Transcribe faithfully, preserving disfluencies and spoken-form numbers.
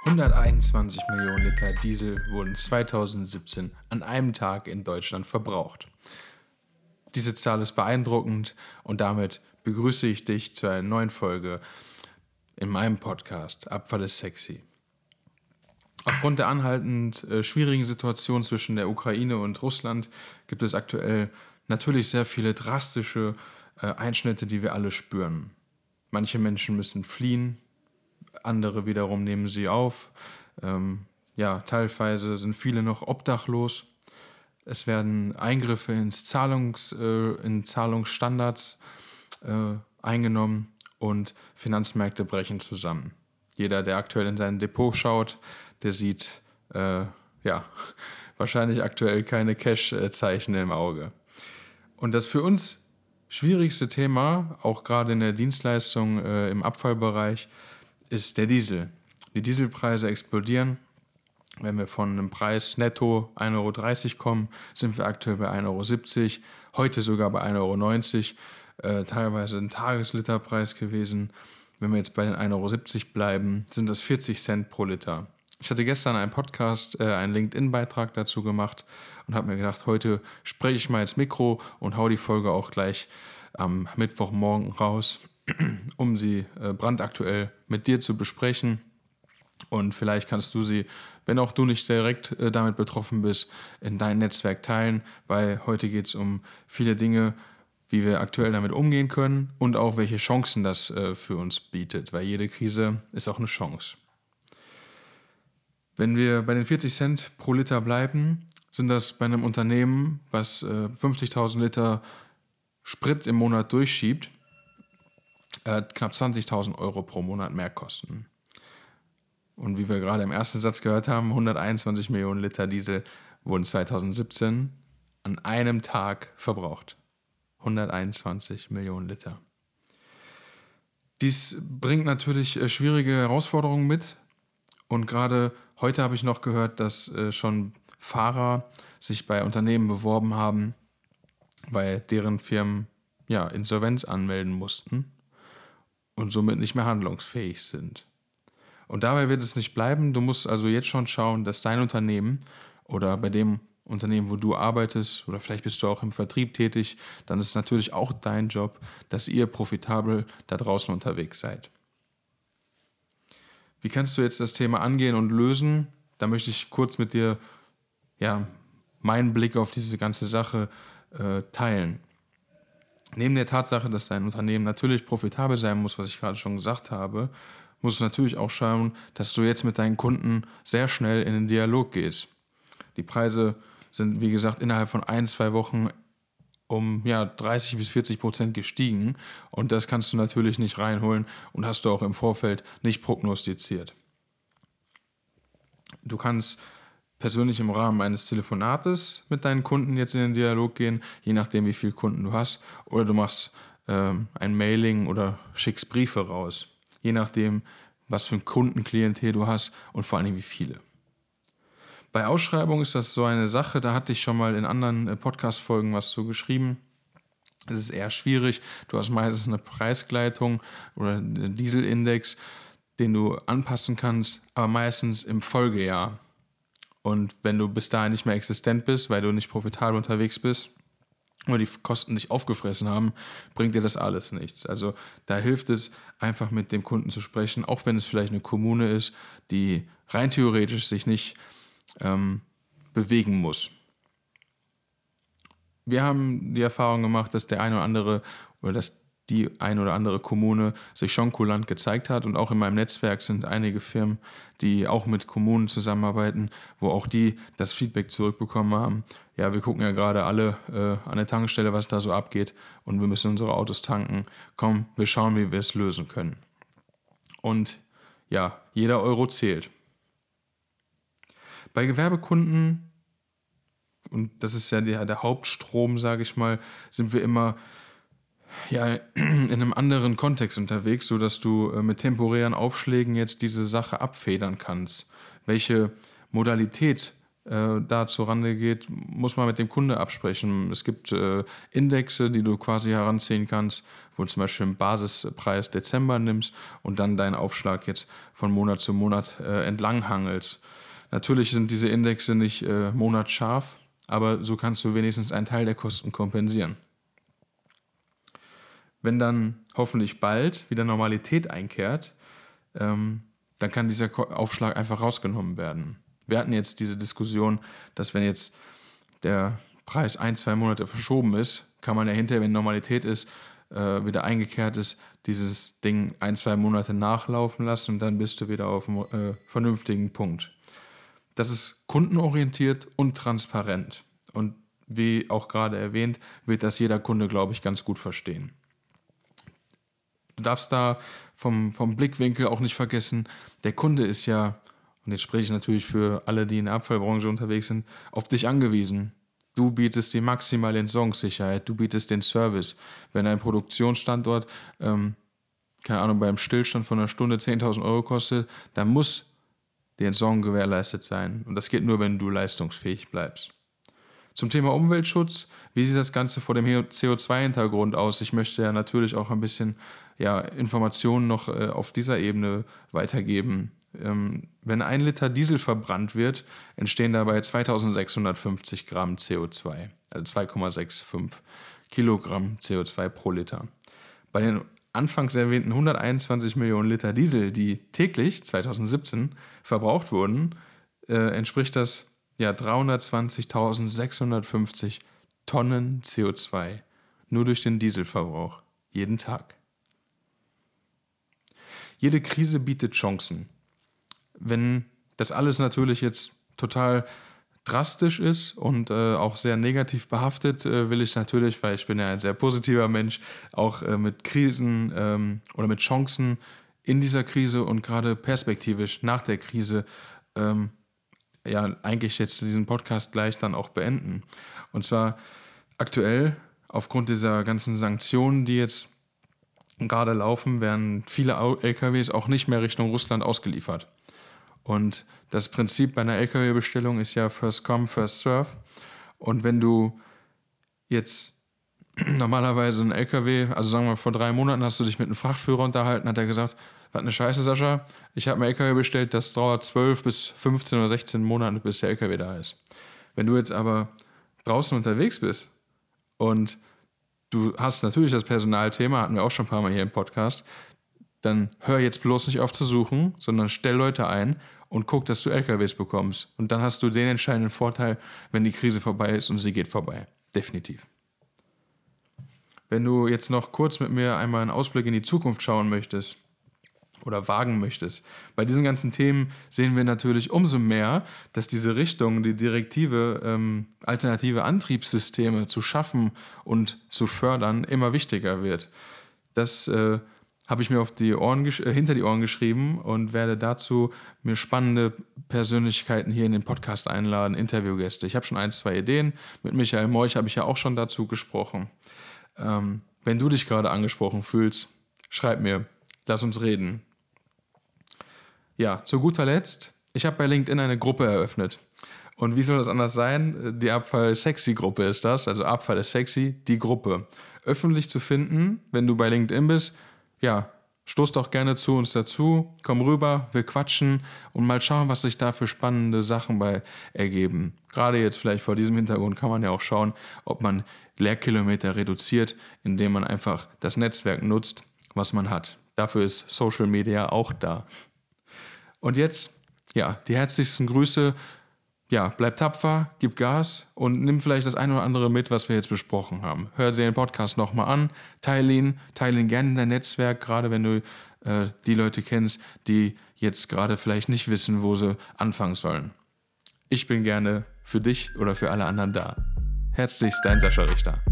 hunderteinundzwanzig Millionen Liter Diesel wurden zweitausendsiebzehn an einem Tag in Deutschland verbraucht. Diese Zahl ist beeindruckend und damit begrüße ich dich zu einer neuen Folge in meinem Podcast Abfall ist sexy. Aufgrund der anhaltend äh, schwierigen Situation zwischen der Ukraine und Russland gibt es aktuell natürlich sehr viele drastische äh, Einschnitte, die wir alle spüren. Manche Menschen müssen fliehen, andere wiederum nehmen sie auf. Ähm, ja, teilweise sind viele noch obdachlos. Es werden Eingriffe ins Zahlungs, äh, in Zahlungsstandards äh, eingenommen und Finanzmärkte brechen zusammen. Jeder, der aktuell in sein Depot schaut, der sieht äh, ja wahrscheinlich aktuell keine Cash-Zeichen im Auge. Und das für uns schwierigste Thema, auch gerade in der Dienstleistung äh, im Abfallbereich, ist der Diesel. Die Dieselpreise explodieren. Wenn wir von einem Preis netto ein Euro dreißig kommen, sind wir aktuell bei ein Euro siebzig, heute sogar bei ein Euro neunzig, äh, teilweise ein Tagesliterpreis gewesen. Wenn wir jetzt bei den ein Euro siebzig bleiben, sind das vierzig Cent pro Liter. Ich hatte gestern einen Podcast, äh, einen LinkedIn-Beitrag dazu gemacht und habe mir gedacht, heute spreche ich mal ins Mikro und hau die Folge auch gleich am Mittwochmorgen raus, um sie äh, brandaktuell mit dir zu besprechen. Und vielleicht kannst du sie, wenn auch du nicht direkt äh, damit betroffen bist, in dein Netzwerk teilen, weil heute geht es um viele Dinge, wie wir aktuell damit umgehen können und auch welche Chancen das äh, für uns bietet, weil jede Krise ist auch eine Chance. Wenn wir bei den vierzig Cent pro Liter bleiben, sind das bei einem Unternehmen, was äh, fünfzigtausend Liter Sprit im Monat durchschiebt, äh, knapp zwanzigtausend Euro pro Monat Mehrkosten. Und wie wir gerade im ersten Satz gehört haben, hunderteinundzwanzig Millionen Liter Diesel wurden zweitausendsiebzehn an einem Tag verbraucht. hunderteinundzwanzig Millionen Liter. Dies bringt natürlich äh, schwierige Herausforderungen mit. Und gerade heute habe ich noch gehört, dass äh, schon Fahrer sich bei Unternehmen beworben haben, weil deren Firmen ja, Insolvenz anmelden mussten und somit nicht mehr handlungsfähig sind. Und dabei wird es nicht bleiben. Du musst also jetzt schon schauen, dass dein Unternehmen oder bei dem Unternehmen, wo du arbeitest, oder vielleicht bist du auch im Vertrieb tätig, dann ist es natürlich auch dein Job, dass ihr profitabel da draußen unterwegs seid. Wie kannst du jetzt das Thema angehen und lösen? Da möchte ich kurz mit dir ja, meinen Blick auf diese ganze Sache äh, teilen. Neben der Tatsache, dass dein Unternehmen natürlich profitabel sein muss, was ich gerade schon gesagt habe, musst du natürlich auch schauen, dass du jetzt mit deinen Kunden sehr schnell in den Dialog gehst. Die Preise sind, wie gesagt, innerhalb von ein, zwei Wochen um ja, dreißig bis vierzig Prozent gestiegen und das kannst du natürlich nicht reinholen und hast du auch im Vorfeld nicht prognostiziert. Du kannst persönlich im Rahmen eines Telefonates mit deinen Kunden jetzt in den Dialog gehen, je nachdem wie viele Kunden du hast, oder du machst ähm, ein Mailing oder schickst Briefe raus, je nachdem was für ein Kundenklientel du hast und vor allem wie viele. Bei Ausschreibungen ist das so eine Sache, da hatte ich schon mal in anderen Podcast-Folgen was zu geschrieben. Es ist eher schwierig, du hast meistens eine Preisgleitung oder einen Dieselindex, den du anpassen kannst, aber meistens im Folgejahr. Und wenn du bis dahin nicht mehr existent bist, weil du nicht profitabel unterwegs bist oder die Kosten dich aufgefressen haben, bringt dir das alles nichts. Also da hilft es einfach mit dem Kunden zu sprechen, auch wenn es vielleicht eine Kommune ist, die rein theoretisch sich nicht Ähm, bewegen muss. Wir haben die Erfahrung gemacht, dass der eine oder andere oder dass die eine oder andere Kommune sich schon kulant gezeigt hat und auch in meinem Netzwerk sind einige Firmen, die auch mit Kommunen zusammenarbeiten, wo auch die das Feedback zurückbekommen haben. Ja, wir gucken ja gerade alle äh, an der Tankstelle, was da so abgeht und wir müssen unsere Autos tanken. Komm, wir schauen, wie wir es lösen können. Und ja, jeder Euro zählt. Bei Gewerbekunden, und das ist ja der, der Hauptstrom, sage ich mal, sind wir immer ja, in einem anderen Kontext unterwegs, sodass du äh, mit temporären Aufschlägen jetzt diese Sache abfedern kannst. Welche Modalität äh, da zur Rande geht, muss man mit dem Kunde absprechen. Es gibt äh, Indexe, die du quasi heranziehen kannst, wo du zum Beispiel den Basispreis Dezember nimmst und dann deinen Aufschlag jetzt von Monat zu Monat äh, entlang hangelst. Natürlich sind diese Indexe nicht äh, monatscharf, aber so kannst du wenigstens einen Teil der Kosten kompensieren. Wenn dann hoffentlich bald wieder Normalität einkehrt, ähm, dann kann dieser Aufschlag einfach rausgenommen werden. Wir hatten jetzt diese Diskussion, dass wenn jetzt der Preis ein, zwei Monate verschoben ist, kann man ja hinterher, wenn Normalität ist, äh, wieder eingekehrt ist, dieses Ding ein, zwei Monate nachlaufen lassen und dann bist du wieder auf einem äh, vernünftigen Punkt. Das ist kundenorientiert und transparent. Und wie auch gerade erwähnt, wird das jeder Kunde, glaube ich, ganz gut verstehen. Du darfst da vom, vom Blickwinkel auch nicht vergessen, der Kunde ist ja, und jetzt spreche ich natürlich für alle, die in der Abfallbranche unterwegs sind, auf dich angewiesen. Du bietest die maximale Entsorgungssicherheit, du bietest den Service. Wenn ein Produktionsstandort, ähm, keine Ahnung, beim Stillstand von einer Stunde zehntausend Euro kostet, dann muss die Entsorgung gewährleistet sein. Und das geht nur, wenn du leistungsfähig bleibst. Zum Thema Umweltschutz, wie sieht das Ganze vor dem C O zwei Hintergrund aus? Ich möchte ja natürlich auch ein bisschen ja, Informationen noch äh, auf dieser Ebene weitergeben. Ähm, wenn ein Liter Diesel verbrannt wird, entstehen dabei zweitausendsechshundertfünfzig Gramm C O zwei, also zwei Komma fünfundsechzig Kilogramm C O zwei pro Liter. Bei den anfangs erwähnten hunderteinundzwanzig Millionen Liter Diesel, die täglich zweitausendsiebzehn verbraucht wurden, äh, entspricht das ja, dreihundertzwanzigtausendsechshundertfünfzig Tonnen C O zwei, nur durch den Dieselverbrauch, jeden Tag. Jede Krise bietet Chancen. Wenn das alles natürlich jetzt total drastisch ist und äh, auch sehr negativ behaftet, äh, will ich natürlich, weil ich bin ja ein sehr positiver Mensch, auch äh, mit Krisen ähm, oder mit Chancen in dieser Krise und gerade perspektivisch nach der Krise ähm, ja eigentlich jetzt diesen Podcast gleich dann auch beenden. Und zwar aktuell, aufgrund dieser ganzen Sanktionen, die jetzt gerade laufen, werden viele L K Ws auch nicht mehr Richtung Russland ausgeliefert. Und das Prinzip bei einer L K W-Bestellung ist ja First Come, First Serve. Und wenn du jetzt normalerweise einen L K W, also sagen wir vor drei Monaten hast du dich mit einem Frachtführer unterhalten, hat er gesagt, was eine Scheiße, Sascha, ich habe einen L K W bestellt, das dauert zwölf bis fünfzehn oder sechzehn Monate, bis der L K W da ist. Wenn du jetzt aber draußen unterwegs bist und du hast natürlich das Personalthema, hatten wir auch schon ein paar Mal hier im Podcast, dann hör jetzt bloß nicht auf zu suchen, sondern stell Leute ein und guck, dass du L K Ws bekommst. Und dann hast du den entscheidenden Vorteil, wenn die Krise vorbei ist und sie geht vorbei. Definitiv. Wenn du jetzt noch kurz mit mir einmal einen Ausblick in die Zukunft schauen möchtest oder wagen möchtest, bei diesen ganzen Themen sehen wir natürlich umso mehr, dass diese Richtung, die Direktive, ähm, alternative Antriebssysteme zu schaffen und zu fördern, immer wichtiger wird. Das äh, habe ich mir auf die Ohren gesch- äh, hinter die Ohren geschrieben und werde dazu mir spannende Persönlichkeiten hier in den Podcast einladen, Interviewgäste. Ich habe schon ein, zwei Ideen. Mit Michael Morch habe ich ja auch schon dazu gesprochen. Ähm, wenn du dich gerade angesprochen fühlst, schreib mir, lass uns reden. Ja, zu guter Letzt, ich habe bei LinkedIn eine Gruppe eröffnet. Und wie soll das anders sein? Die Abfall-Sexy-Gruppe ist das, also Abfall ist sexy, die Gruppe. Öffentlich zu finden, wenn du bei LinkedIn bist, ja, stoß doch gerne zu uns dazu, komm rüber, wir quatschen und mal schauen, was sich da für spannende Sachen bei ergeben. Gerade jetzt vielleicht vor diesem Hintergrund kann man ja auch schauen, ob man Leerkilometer reduziert, indem man einfach das Netzwerk nutzt, was man hat. Dafür ist Social Media auch da. Und jetzt, ja, die herzlichsten Grüße. Ja, bleib tapfer, gib Gas und nimm vielleicht das eine oder andere mit, was wir jetzt besprochen haben. Hör dir den Podcast nochmal an, teile ihn, teile ihn gerne in dein Netzwerk, gerade wenn du äh, die Leute kennst, die jetzt gerade vielleicht nicht wissen, wo sie anfangen sollen. Ich bin gerne für dich oder für alle anderen da. Herzlichst, dein Sascha Richter.